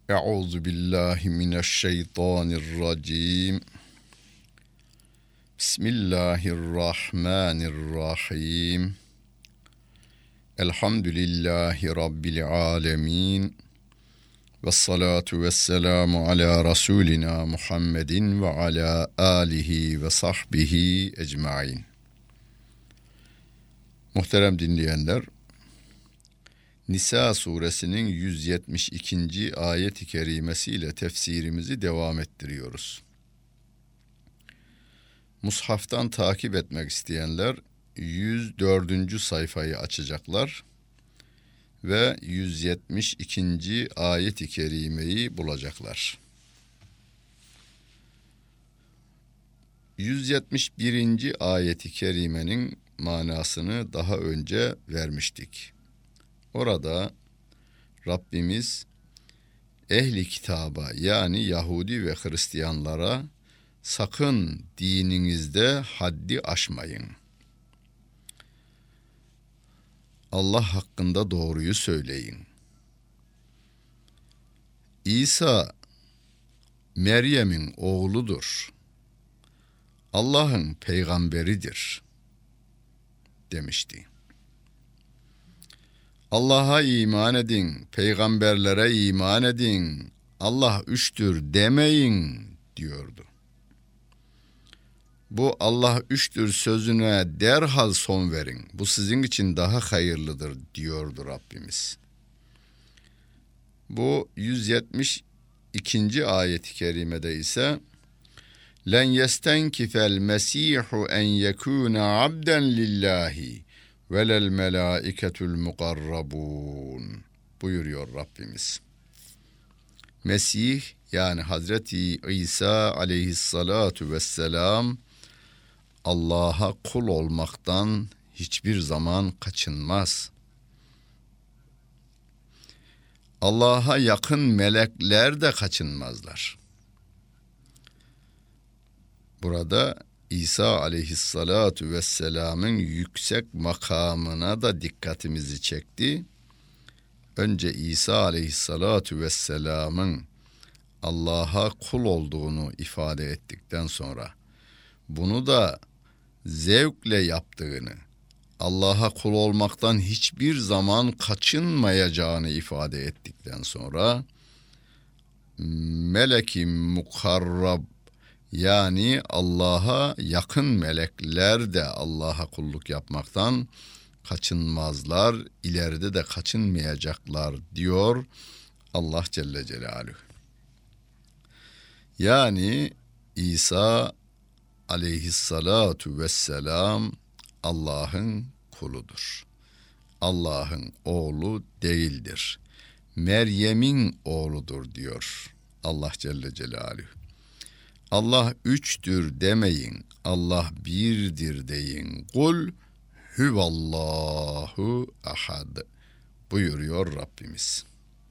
Euzu billahi mineşşeytanirracim. Bismillahirrahmanirrahim. Elhamdülillahi rabbil alamin. Vessalatu vesselamu ala rasulina Muhammedin ve ala alihi ve sahbihi ecmaîn. Muhterem dinleyenler, Nisa suresinin 172. ayet-i kerimesiyle tefsirimizi devam ettiriyoruz. Mushaftan takip etmek isteyenler 104. sayfayı açacaklar ve 172. ayet-i kerimeyi bulacaklar. 171. ayet-i kerimenin manasını daha önce vermiştik. Orada Rabbimiz ehli kitaba, yani Yahudi ve Hristiyanlara sakın dininizde haddi aşmayın, Allah hakkında doğruyu söyleyin, İsa Meryem'in oğludur, Allah'ın peygamberidir demişti. Allah'a iman edin, peygamberlere iman edin, Allah üçtür demeyin diyordu. Bu Allah üçtür sözüne derhal son verin, bu sizin için daha hayırlıdır diyordu Rabbimiz. Bu 172. ayet-i kerimede ise "Len yestenkifel mesihu en yekûne abden lillahi velel melâiketul mukarrabun" buyuruyor Rabbimiz. Mesih, yani Hazreti İsa aleyhissalatu vesselam, Allah'a kul olmaktan hiçbir zaman kaçınmaz. Allah'a yakın melekler de kaçınmazlar. Burada İsa aleyhissalatu vesselamın yüksek makamına da dikkatimizi çekti. Önce İsa aleyhissalatu vesselamın Allah'a kul olduğunu ifade ettikten sonra bunu da zevkle yaptığını, Allah'a kul olmaktan hiçbir zaman kaçınmayacağını ifade ettikten sonra melek-i mukarrab, yani Allah'a yakın melekler de Allah'a kulluk yapmaktan kaçınmazlar, ileride de kaçınmayacaklar diyor Allah Celle Celaluhu. Yani İsa aleyhissalatu vesselam Allah'ın kuludur. Allah'ın oğlu değildir. Meryem'in oğludur diyor Allah Celle Celaluhu. Allah üçtür demeyin, Allah birdir deyin. Kul huvallahu ahad buyuruyor Rabbimiz.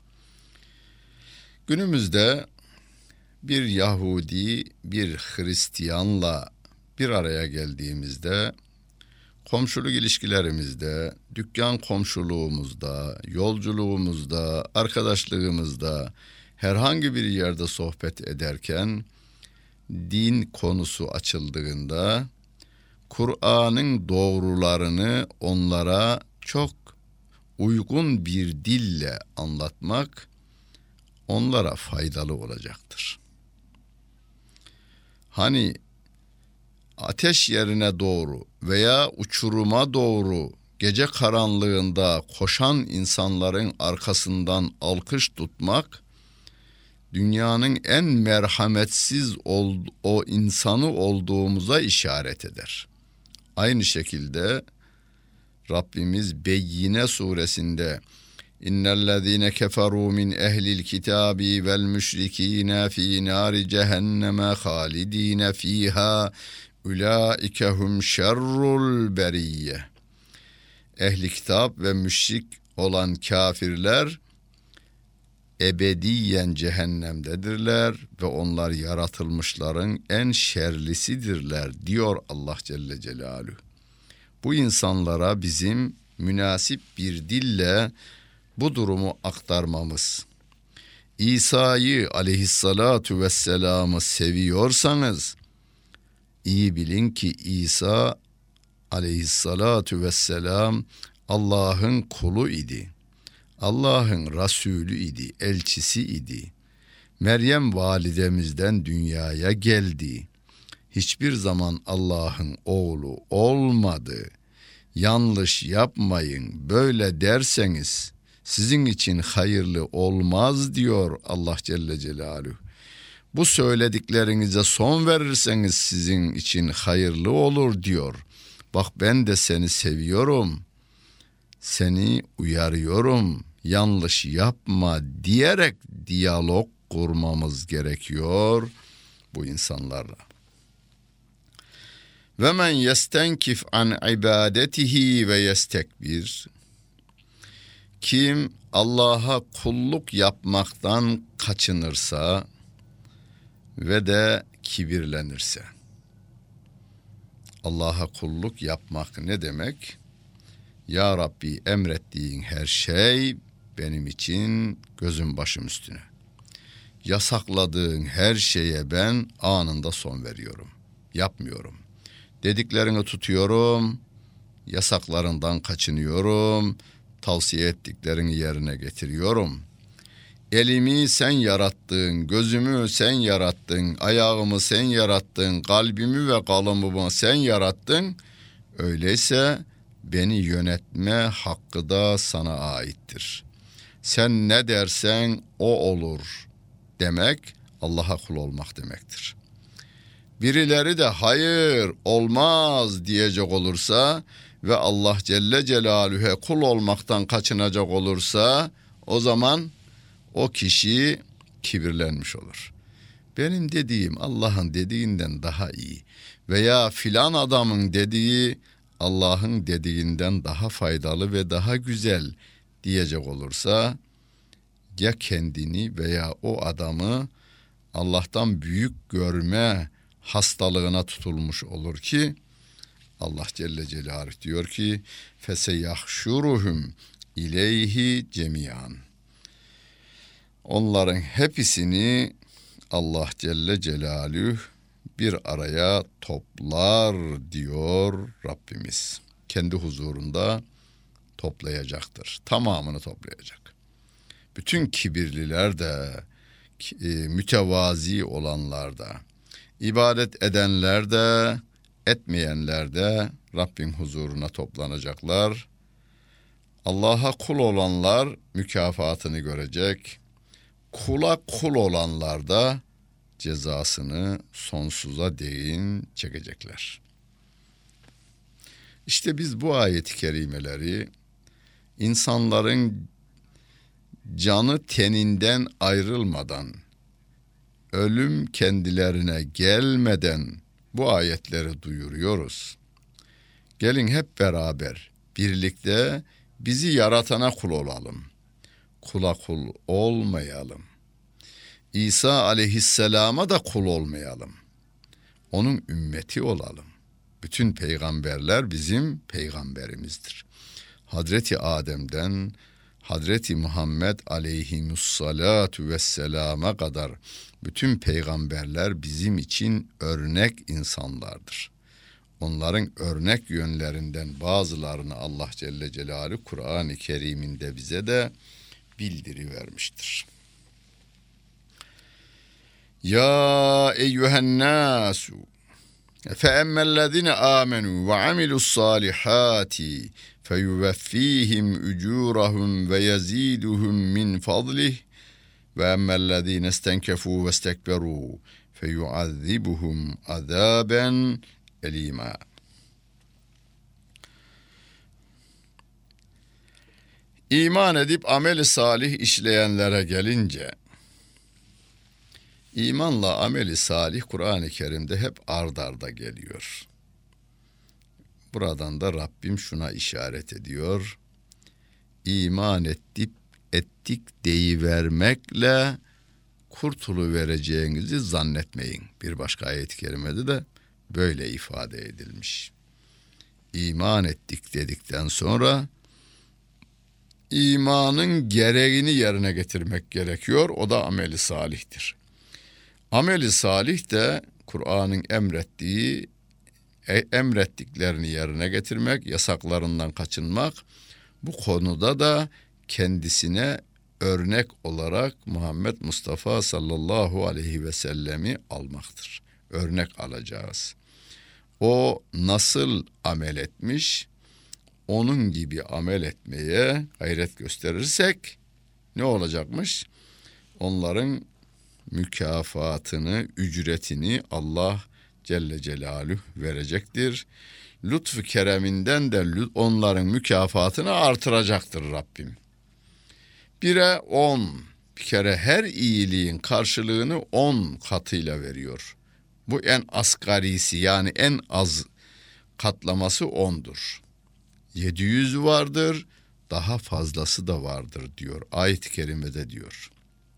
Günümüzde bir Yahudi, bir Hristiyanla bir araya geldiğimizde, komşuluk ilişkilerimizde, dükkan komşuluğumuzda, yolculuğumuzda, arkadaşlığımızda, herhangi bir yerde sohbet ederken, din konusu açıldığında, Kur'an'ın doğrularını onlara çok uygun bir dille anlatmak onlara faydalı olacaktır. Hani ateş yerine doğru veya uçuruma doğru gece karanlığında koşan insanların arkasından alkış tutmak, dünyanın en merhametsiz o insanı olduğumuza işaret eder. Aynı şekilde Rabbimiz Beyyine suresinde "İnnellezîne keferû min ehlil kitâbi vel müşrikîne fî nâri cehenneme hâlidîne fîhâ ulaike hum şerrul beriyye." Ehli kitap ve müşrik olan kafirler ebediyen cehennemdedirler ve onlar yaratılmışların en şerlisidirler diyor Allah Celle Celaluhu. Bu insanlara bizim münasip bir dille bu durumu aktarmamız, İsa'yı aleyhissalatu vesselam'ı seviyorsanız iyi bilin ki İsa aleyhissalatu vesselam Allah'ın kulu idi. Allah'ın Resulü idi, elçisi idi. Meryem validemizden dünyaya geldi. Hiçbir zaman Allah'ın oğlu olmadı. Yanlış yapmayın, böyle derseniz sizin için hayırlı olmaz diyor Allah Celle Celaluhu. Bu söylediklerinize son verirseniz sizin için hayırlı olur diyor. Bak ben de seni seviyorum, seni uyarıyorum, yanlış yapma diyerek diyalog kurmamız gerekiyor bu insanlarla. Ve men yestenkif an ibadetihi ve yestekbir. Kim Allah'a kulluk yapmaktan kaçınırsa ve de kibirlenirse. Allah'a kulluk yapmak ne demek? Ya Rabbi, emrettiğin her şey benim için gözüm başım üstüne. Yasakladığın her şeye ben anında son veriyorum. Yapmıyorum. Dediklerini tutuyorum. Yasaklarından kaçınıyorum. Tavsiye ettiklerini yerine getiriyorum. Elimi sen yarattın, gözümü sen yarattın, ayağımı sen yarattın, kalbimi ve kalbimi sen yarattın. Öyleyse beni yönetme hakkı da sana aittir. Sen ne dersen o olur demek Allah'a kul olmak demektir. Birileri de hayır olmaz diyecek olursa ve Allah Celle Celaluhu'ya kul olmaktan kaçınacak olursa o zaman o kişi kibirlenmiş olur. Benim dediğim Allah'ın dediğinden daha iyi veya filan adamın dediği Allah'ın dediğinden daha faydalı ve daha güzel diyecek olursa ya kendini veya o adamı Allah'tan büyük görme hastalığına tutulmuş olur ki Allah Celle Celaluhu diyor ki feseyahşuruhum ileyhi cemiyan. Onların hepsini Allah Celle Celaluhu bir araya toplar diyor Rabbimiz. Kendi huzurunda toplayacaktır. Tamamını toplayacak. Bütün kibirliler de, mütevazi olanlar da, ibadet edenler de, etmeyenler de Rabbin huzuruna toplanacaklar. Allah'a kul olanlar mükafatını görecek. Kula kul olanlar da cezasını sonsuza değin çekecekler. İşte biz bu ayet-i kerimeleri insanların canı teninden ayrılmadan, ölüm kendilerine gelmeden bu ayetleri duyuruyoruz. Gelin hep beraber birlikte bizi yaratana kul olalım. Kula kul olmayalım. İsa aleyhisselama da kul olmayalım. Onun ümmeti olalım. Bütün peygamberler bizim peygamberimizdir. Hazreti Adem'den Hazreti Muhammed aleyhimussalatu vesselama kadar bütün peygamberler bizim için örnek insanlardır. Onların örnek yönlerinden bazılarını Allah Celle Celaluhu Kur'an-ı Kerim'inde bize de bildirivermiştir. Ya eyyühen nasu فَأَمَّا الَّذِينَ آمَنُوا وَعَمِلُوا الصَّالِحَاتِ فَيُوَفِّيهِمْ أُجُورَهُمْ وَيَزِيدُهُمْ مِنْ فَضْلِهِ وَأَمَّا الَّذِينَ اسْتَنكَفُوا وَاسْتَكْبَرُوا فَيُعَذِّبُهُمْ عَذَابًا أَلِيمًا. İman edip ameli salih işleyenlere gelince, İmanla ameli salih Kur'an-ı Kerim'de hep ard arda geliyor. Buradan da Rabbim şuna işaret ediyor. İman ettik deyivermekle kurtuluvereceğinizi zannetmeyin. Bir başka ayet-i kerimede de böyle ifade edilmiş. İman ettik dedikten sonra imanın gereğini yerine getirmek gerekiyor. O da ameli salihtir. Ameli salih de Kur'an'ın emrettiklerini yerine getirmek, yasaklarından kaçınmak. Bu konuda da kendisine örnek olarak Muhammed Mustafa sallallahu aleyhi ve sellemi almaktır. Örnek alacağız. O nasıl amel etmiş, onun gibi amel etmeye gayret gösterirsek ne olacakmış? Onların mükafatını, ücretini Allah Celle Celaluhu verecektir. Lütfu kereminden de onların mükafatını artıracaktır Rabbim. 1'e 10, bir kere her iyiliğin karşılığını 10 katıyla veriyor. Bu en asgarisi, yani en az katlaması 10'dur. 700 vardır, daha fazlası da vardır diyor. Ayet-i kerimede diyor.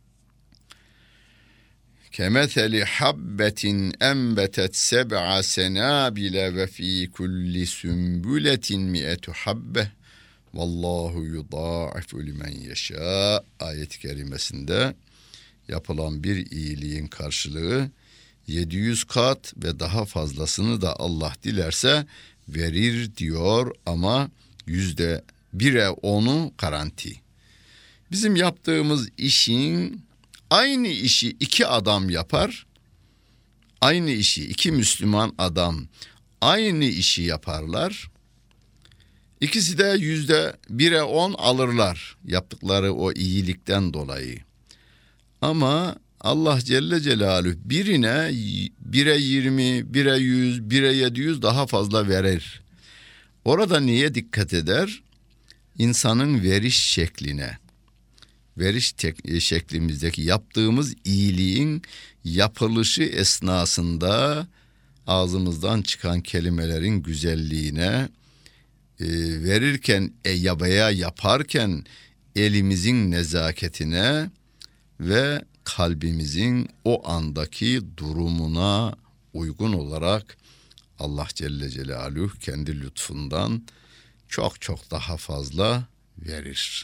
Kemetheli habbetin enbetet seb'a senabile ve fi kulli sümbületin mi'etu habbe vallahu yudâ'ifu limen yeşâ. Ayet-i kerimesinde yapılan bir iyiliğin karşılığı 700 kat ve daha fazlasını da Allah dilerse verir diyor, ama %1'e 10'u garanti. Bizim yaptığımız işin aynı işi 2 adam yapar. Aynı işi 2 Müslüman adam aynı işi yaparlar. İkisi de %1'e 10 alırlar yaptıkları o iyilikten dolayı. Ama Allah Celle Celaluhu birine 1'e 20, 1'e 100, 1'e 700 daha fazla verir. Orada niye dikkat eder? İnsanın veriş şekline, şeklimizdeki yaptığımız iyiliğin yapılışı esnasında ağzımızdan çıkan kelimelerin güzelliğine, verirken veya yaparken elimizin nezaketine ve kalbimizin o andaki durumuna uygun olarak Allah Celle Celaluhu kendi lütfundan çok çok daha fazla verir.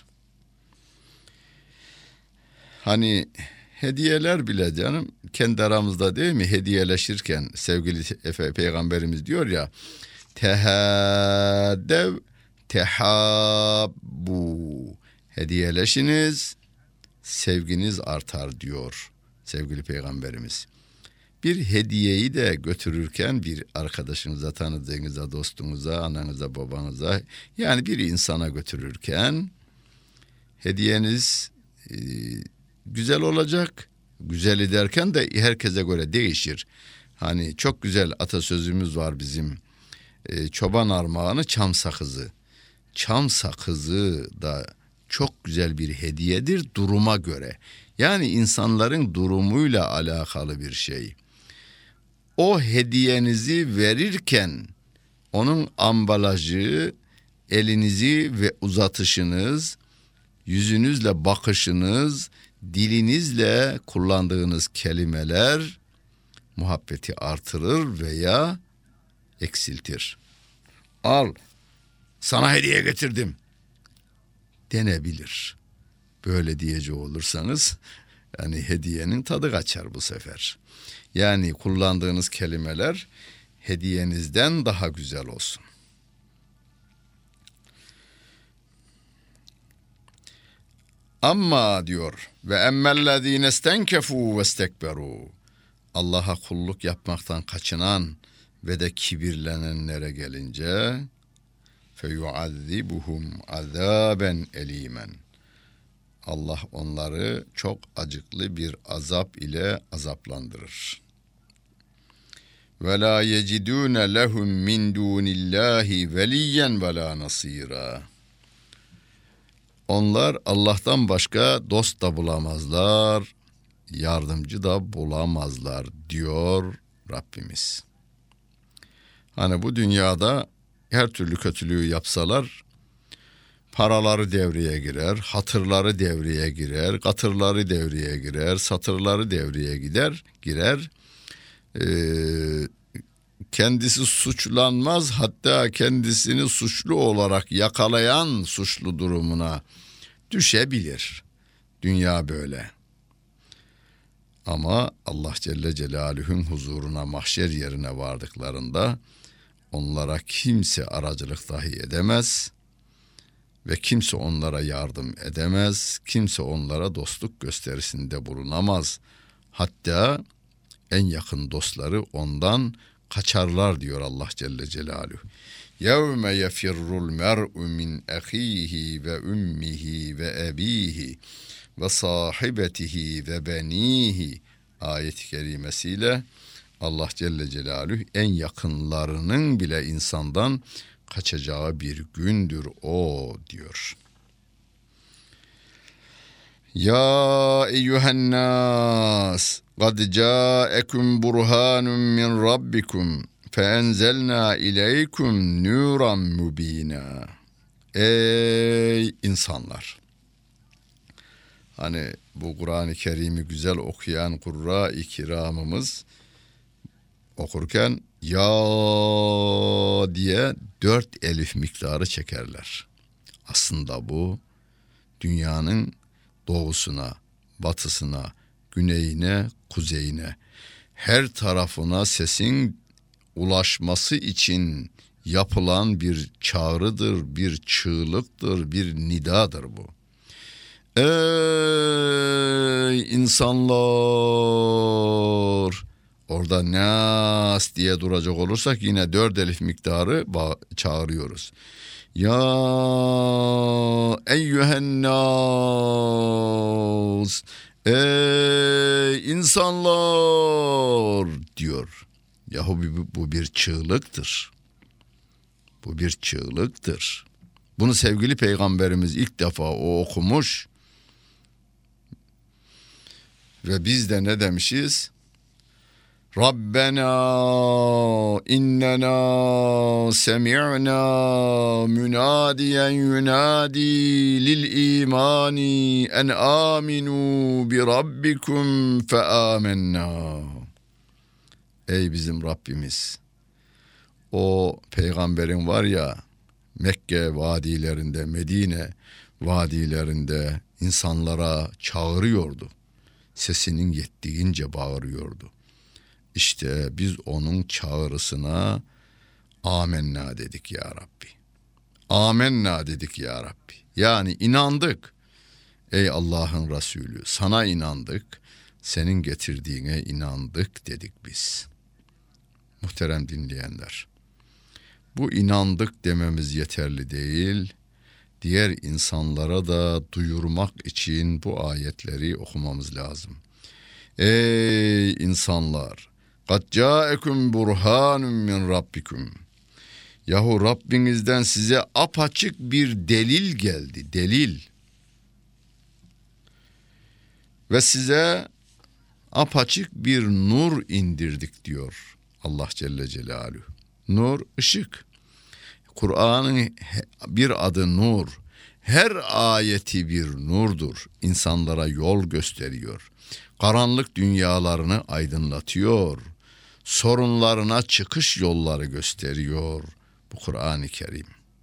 Hani hediyeler bile canım kendi aramızda değil mi, hediyeleşirken sevgili Peygamberimiz diyor ya, tehaddev tehabbu, hediyeleşiniz, sevginiz artar diyor sevgili Peygamberimiz. Bir hediyeyi de götürürken bir arkadaşınıza, tanıdığınıza, dostunuza, ananıza, babanıza, yani bir insana götürürken hediyeniz güzel olacak. Güzeli derken de herkese göre değişir. Hani çok güzel atasözümüz var bizim. Çoban armağanı çam sakızı. Çam sakızı da çok güzel bir hediyedir duruma göre. Yani insanların durumuyla alakalı bir şey. O hediyenizi verirken onun ambalajı, elinizi ve uzatışınız, yüzünüzle bakışınız, dilinizle kullandığınız kelimeler muhabbeti artırır veya eksiltir. Al, sana hediye getirdim denebilir. Böyle diyecek olursanız yani hediyenin tadı kaçar bu sefer. Yani kullandığınız kelimeler hediyenizden daha güzel olsun. Amma diyor ve emmellezine stenkefu ve stekberu, Allah'a kulluk yapmaktan kaçınan ve de kibirlenenlere gelince feyuazzibuhum azaben elimen, Allah onları çok acıklı bir azap ile azaplandırır. Ve la yecidune lehum min dunillahi veliyen ve la nasira. Onlar Allah'tan başka dost da bulamazlar, yardımcı da bulamazlar diyor Rabbimiz. Hani bu dünyada her türlü kötülüğü yapsalar paraları devreye girer, hatırları devreye girer, katırları devreye girer, satırları devreye girer. Kendisi suçlanmaz, hatta kendisini suçlu olarak yakalayan suçlu durumuna Düşebilir. Dünya böyle. Ama Allah Celle Celaluhu'nun huzuruna, mahşer yerine vardıklarında onlara kimse aracılık dahi edemez ve kimse onlara yardım edemez, kimse onlara dostluk gösterisinde bulunamaz. Hatta en yakın dostları ondan kaçarlar diyor Allah Celle Celaluhu. يَوْمَ يَفِرُّ الْمَرْءُ مِنْ أَخِيهِ وَأُمِّهِ وَأَب۪يهِ وَصَاحِبَتِهِ وَبَن۪يهِ ayet-i kerimesiyle Allah Celle Celaluhu en yakınlarının bile insandan kaçacağı bir gündür o diyor. Ya eyyühen nas kad câekum burhanun min rabbikum feenzelna ileykum nuran mubina. Ey insanlar! Hani bu Kur'an-ı Kerim'i güzel okuyan Kurra-i Kiramımız okurken ya diye 4 elif miktarı çekerler. Aslında bu dünyanın doğusuna, batısına, güneyine, kuzeyine, her tarafına sesin ulaşması için yapılan bir çağrıdır, bir çığlıktır, bir nidadır bu. Ey insanlar! Orada nas diye duracak olursak yine 4 elif miktarı çağırıyoruz. Ya eyyühen nas! Ey insanlar! diyor. Yahu bu bir çığlıktır. Bu bir çığlıktır. Bunu sevgili Peygamberimiz ilk defa o okumuş. Ve biz de ne demişiz? Rabbena innena semi'na münadiyen yunadi lil imani en aminu bi rabbikum fe amennâ. Ey bizim Rabbimiz! O peygamberin var ya, Mekke vadilerinde, Medine vadilerinde insanlara çağırıyordu. Sesinin yettiğince bağırıyordu. İşte biz onun çağrısına amenna dedik ya Rabbi. Amenna dedik ya Rabbi. Yani inandık. Ey Allah'ın Resulü, sana inandık. Senin getirdiğine inandık dedik biz. Muhterem dinleyenler. Bu inandık dememiz yeterli değil. Diğer insanlara da duyurmak için bu ayetleri okumamız lazım. Ey insanlar! قَدْ جَاءَكُمْ بُرْهَانٌ مِّنْ رَبِّكُمْ. Yahu Rabbinizden size apaçık bir delil geldi, delil. Ve size apaçık bir nur indirdik diyor Allah Celle Celaluhu. Nur, ışık. Kur'an'ın bir adı nur. Her ayeti bir nurdur. İnsanlara yol gösteriyor. Karanlık dünyalarını aydınlatıyor. Sorunlarına çıkış yolları gösteriyor bu Kur'an-ı Kerim.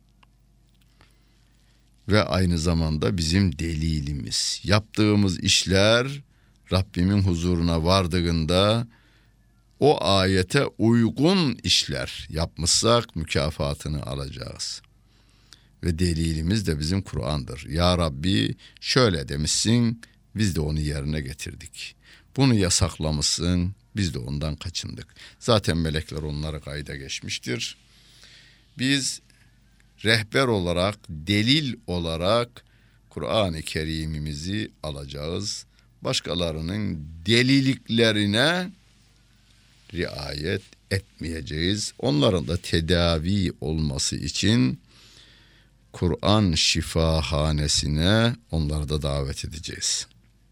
Ve aynı zamanda bizim delilimiz. Yaptığımız işler Rabbimin huzuruna vardığında o ayete uygun işler yapmışsak mükafatını alacağız. Ve delilimiz de bizim Kur'an'dır. Ya Rabbi şöyle demişsin, biz de onu yerine getirdik. Bunu yasaklamışsın, biz de ondan kaçındık. Zaten melekler onları kayda geçmiştir. Biz rehber olarak, delil olarak Kur'an-ı Kerim'imizi alacağız. Başkalarının deliliklerine riayet etmeyeceğiz. Onların da tedavi olması için Kur'an şifahanesine onları da davet edeceğiz.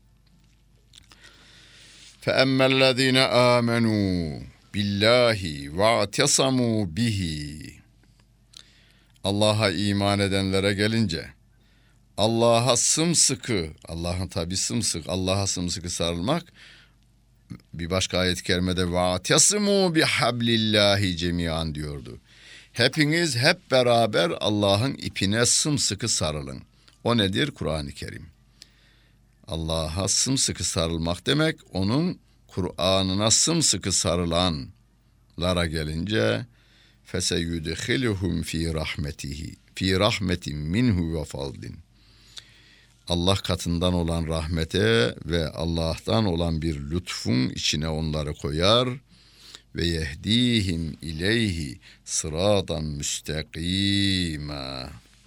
فَأَمَّا الَّذ۪ينَ آمَنُوا بِاللّٰهِ وَاَعْتَصَمُوا بِهِ. Allah'a iman edenlere gelince, Allah'a sımsıkı, Allah'a sımsıkı sarılmak, bir başka ayet-i kerimede وَاَعْتَصِمُوا بِحَبْلِ اللّٰهِ cemiyan diyordu. Hepiniz hep beraber Allah'ın ipine sımsıkı sarılın. O nedir? Kur'an-ı Kerim. Allah'a sımsıkı sarılmak demek, onun Kur'an'ına sımsıkı sarılanlara gelince feseyudhiluhum fi rahmetihi fi rahmetin minhu ve fadlin. Allah katından olan rahmete ve Allah'tan olan bir lütfun içine onları koyar ve yehdihim ileyhi sıradan müstakima.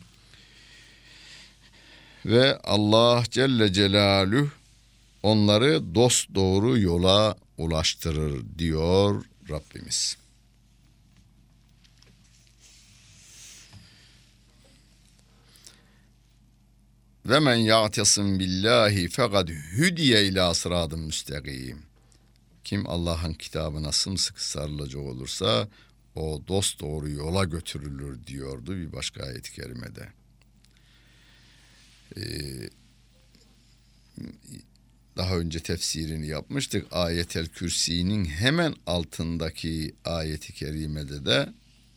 Ve Allah Celle Celaluhu onları dosdoğru yola ulaştırır diyor Rabbimiz. Ve men ya'tasim billahi fekad hudiye ila sıradın müstakim. Kim Allah'ın kitabına sımsıkı sarılacak olursa o dosdoğru yola götürülür diyordu bir başka ayet-i kerimede. Daha önce tefsirini yapmıştık. Ayetel Kürsi'nin hemen altındaki ayet-i kerimede de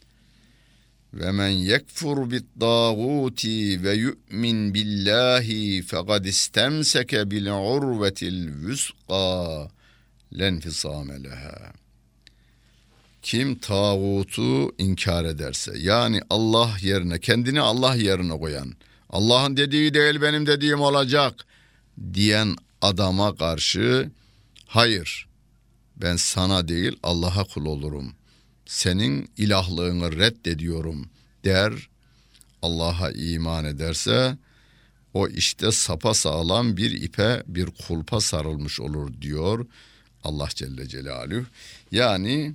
ve men yekfur bit-tağuti ve yu'min billahi fekad istemseke bil urvetil vusqa lenfisame leha. Kim tağutu inkar ederse, yani Allah yerine, kendini Allah yerine koyan, Allah'ın dediği değil benim dediğim olacak diyen adama karşı, hayır ben sana değil Allah'a kul olurum, senin ilahlığını reddediyorum der, Allah'a iman ederse o işte sapasağlam bir ipe, bir kulpa sarılmış olur diyor Allah Celle Celaluhu. Yani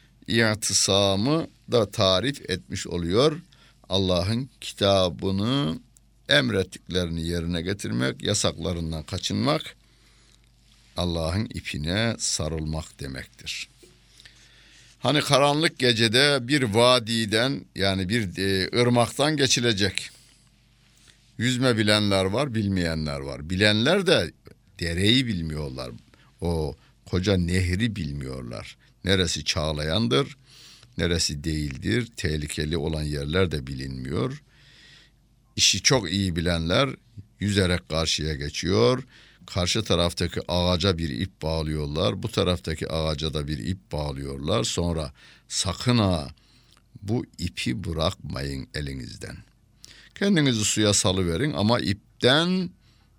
i'tisamı da tarif etmiş oluyor. Allah'ın kitabını, emrettiklerini yerine getirmek, yasaklarından kaçınmak, Allah'ın ipine sarılmak demektir. Hani karanlık gecede bir vadiden, yani bir ırmaktan geçilecek. Yüzme bilenler var, bilmeyenler var. Bilenler de dereyi bilmiyorlar. O koca nehri bilmiyorlar. Neresi çağlayandır, neresi değildir. Tehlikeli olan yerler de bilinmiyor. İşi çok iyi bilenler yüzerek karşıya geçiyor. Karşı taraftaki ağaca bir ip bağlıyorlar. Bu taraftaki ağaca da bir ip bağlıyorlar. Sonra sakın ha bu ipi bırakmayın elinizden. Kendinizi suya salıverin ama ipten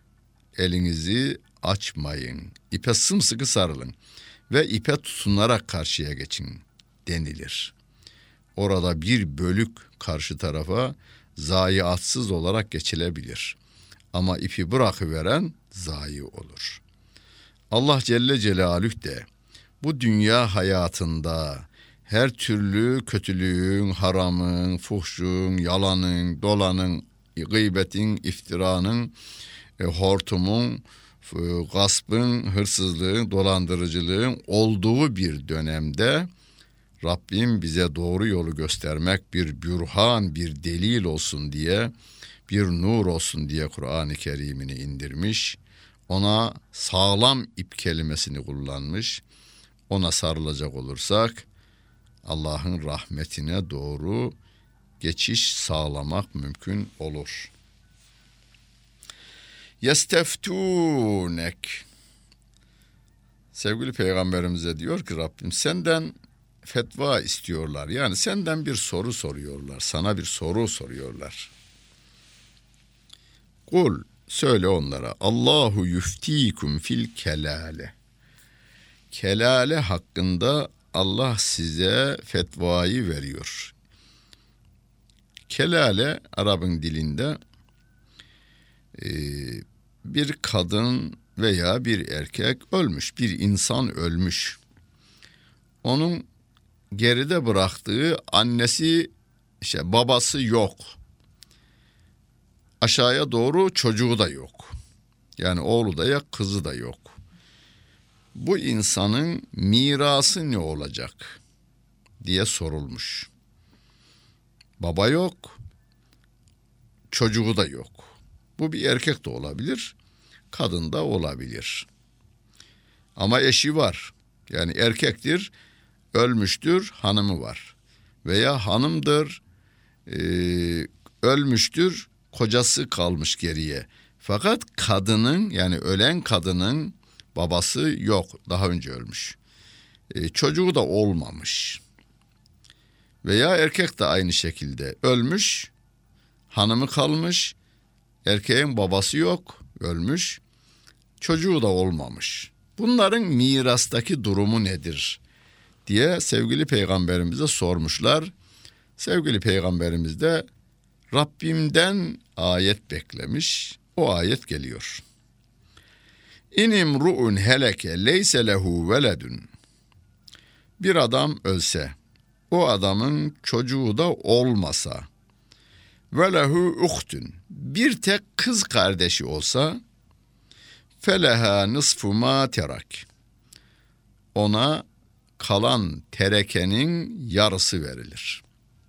elinizi açmayın. İpe sımsıkı sarılın ve ipe tutunarak karşıya geçin denilir. Orada bir bölük karşı tarafa zayiatsız olarak geçilebilir. Ama ipi bırakıveren zayi olur. Allah Celle Celaluhu de bu dünya hayatında her türlü kötülüğün, haramın, fuhşun, yalanın, dolanın, gıybetin, iftiranın, hortumun, gaspın, hırsızlığın, dolandırıcılığın olduğu bir dönemde Rabbim bize doğru yolu göstermek, bir bürhan, bir delil olsun diye, bir nur olsun diye Kur'an-ı Kerim'ini indirmiş. Ona sağlam ip kelimesini kullanmış. Ona sarılacak olursak Allah'ın rahmetine doğru geçiş sağlamak mümkün olur. Yesteftunek. Sevgili Peygamberimize diyor ki Rabbim senden fetva istiyorlar. Yani senden bir soru soruyorlar. Sana bir soru soruyorlar. Kul, söyle onlara. Allahu yuftikum fil kelale. Kelale hakkında Allah size fetvayı veriyor. Kelale Arap'ın dilinde bir kadın veya bir erkek ölmüş, bir insan ölmüş. Onun geride bıraktığı annesi, babası yok. Aşağıya doğru çocuğu da yok. Yani oğlu da yok, kızı da yok. Bu insanın mirası ne olacak diye sorulmuş. Baba yok, çocuğu da yok. Bu bir erkek de olabilir, kadın da olabilir. Ama eşi var. Yani erkektir, ölmüştür, hanımı var. Veya hanımdır, ölmüştür, kocası kalmış geriye. Fakat kadının, yani ölen kadının babası yok, daha önce ölmüş. Çocuğu da olmamış. Veya erkek de aynı şekilde ölmüş, hanımı kalmış, erkeğin babası yok, ölmüş, çocuğu da olmamış. Bunların mirastaki durumu nedir diye sevgili peygamberimize sormuşlar. Sevgili peygamberimiz de Rabbimden ayet beklemiş. O ayet geliyor. İnimru'un heleke leyse lehu veledun. Bir adam ölse, o adamın çocuğu da olmasa, ve lehu uhtun, bir tek kız kardeşi olsa, feleha nısfu ma terak, ona kalan terekenin yarısı verilir.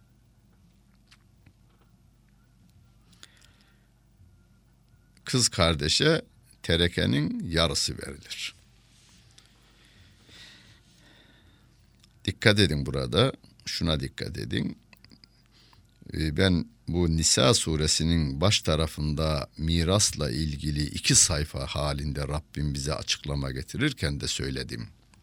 Kız kardeşe terekenin yarısı verilir. Dikkat edin burada, şuna dikkat edin. Ben bu Nisa suresinin baş tarafında mirasla ilgili 2 sayfa halinde Rabbim bize açıklama getirirken de söyledim.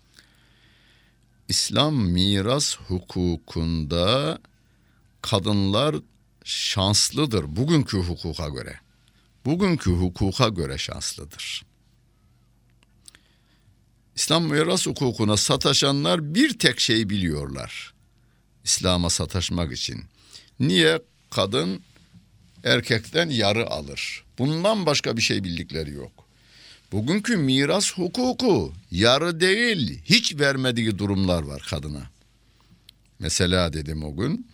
İslam miras hukukunda kadınlar şanslıdır bugünkü hukuka göre. Bugünkü hukuka göre şanslıdır. İslam miras hukukuna sataşanlar bir tek şey biliyorlar. İslam'a sataşmak için. Niye? Kadın erkekten yarı alır. Bundan başka bir şey bildikleri yok. Bugünkü miras hukuku yarı değil, hiç vermediği durumlar var kadına. Mesela dedim o gün,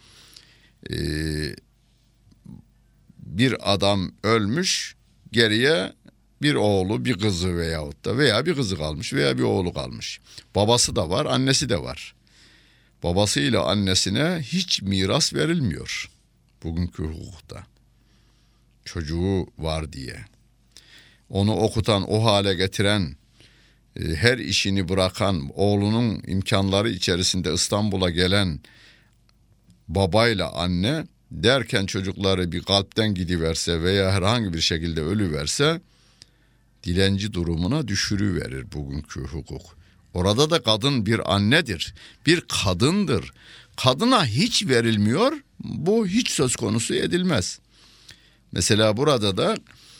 bir adam ölmüş, geriye bir oğlu, bir kızı veya bir kızı kalmış veya bir oğlu kalmış. Babası da var, annesi de var. Babasıyla annesine hiç miras verilmiyor bugünkü hukukta. Çocuğu var diye. Onu okutan, o hale getiren, her işini bırakan, oğlunun imkanları içerisinde İstanbul'a gelen babayla anne derken çocukları bir kalpten gidiverse veya herhangi bir şekilde ölüverse dilenci durumuna düşürüverir bugünkü hukuk. Orada da kadın bir annedir, bir kadındır. Kadına hiç verilmiyor, bu hiç söz konusu edilmez. Mesela burada da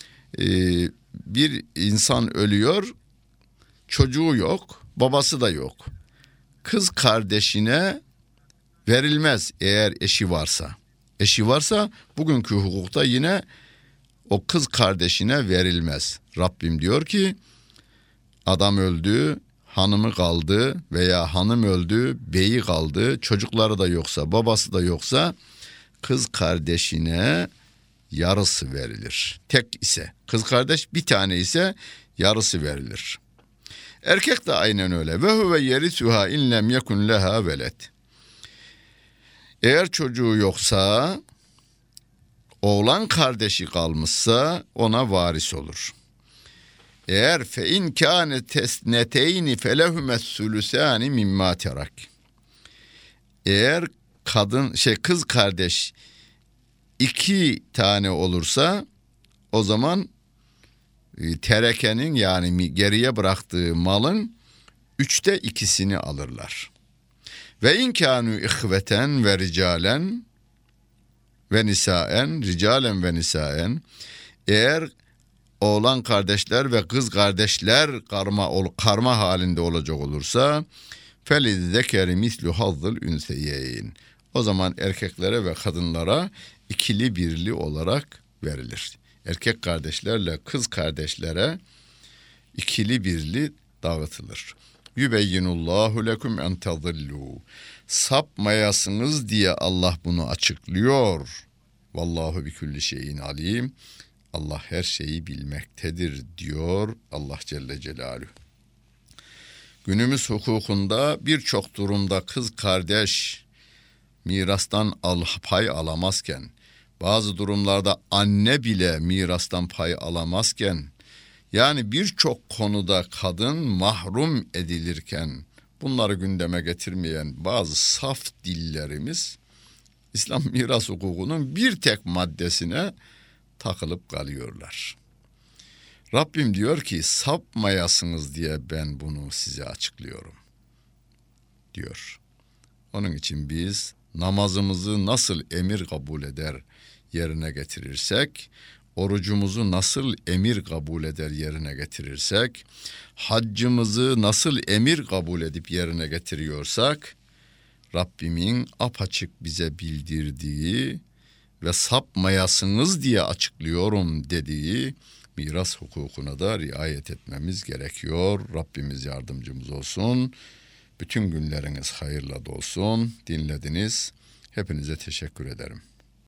bir insan ölüyor, çocuğu yok, babası da yok. Kız kardeşine verilmez eğer eşi varsa. Eşi varsa bugünkü hukukta yine o kız kardeşine verilmez. Rabbim diyor ki adam öldü, hanımı kaldı veya hanım öldü, beyi kaldı, çocukları da yoksa, babası da yoksa kız kardeşine yarısı verilir. Tek ise, kız kardeş bir tane ise yarısı verilir. Erkek de aynen öyle. Ve huve yerisuha in lem yekun leha veled. Eğer çocuğu yoksa, oğlan kardeşi kalmışsa ona varis olur. Eğer fe in kâne tesneteyni felehumes sülüsâni mimma terak. Eğer kız kardeş 2 tane olursa o zaman terekenin yani geriye bıraktığı malın 3'te 2'sini alırlar. Ve in kânû ihveten ve ricalen ve nisaen, ricalen ve nisaen, eğer oğlan kardeşler ve kız kardeşler karma halinde olacak olursa felizzekeri mislu hazzıl ünseyeyn. O zaman erkeklere ve kadınlara ikili birli olarak verilir. Erkek kardeşlerle kız kardeşlere ikili birli dağıtılır. Yübeyyinullahu lekum en tezillu. Sapmayasınız diye Allah bunu açıklıyor. Vallahu bikulli şeyin alim. Allah her şeyi bilmektedir diyor Allah Celle Celaluhu. Günümüz hukukunda birçok durumda kız kardeş mirastan pay alamazken, bazı durumlarda anne bile mirastan pay alamazken, yani birçok konuda kadın mahrum edilirken bunları gündeme getirmeyen bazı saf dillerimiz İslam miras hukukunun bir tek maddesine takılıp kalıyorlar. Rabbim diyor ki sapmayasınız diye ben bunu size açıklıyorum diyor. Onun için biz namazımızı nasıl emir kabul eder yerine getirirsek, orucumuzu nasıl emir kabul eder yerine getirirsek, haccımızı nasıl emir kabul edip yerine getiriyorsak, Rabbimin apaçık bize bildirdiği ve sapmayasınız diye açıklıyorum dediği miras hukukuna da riayet etmemiz gerekiyor. Rabbimiz yardımcımız olsun. Bütün günleriniz hayırla dolsun. Dinlediniz. Hepinize teşekkür ederim.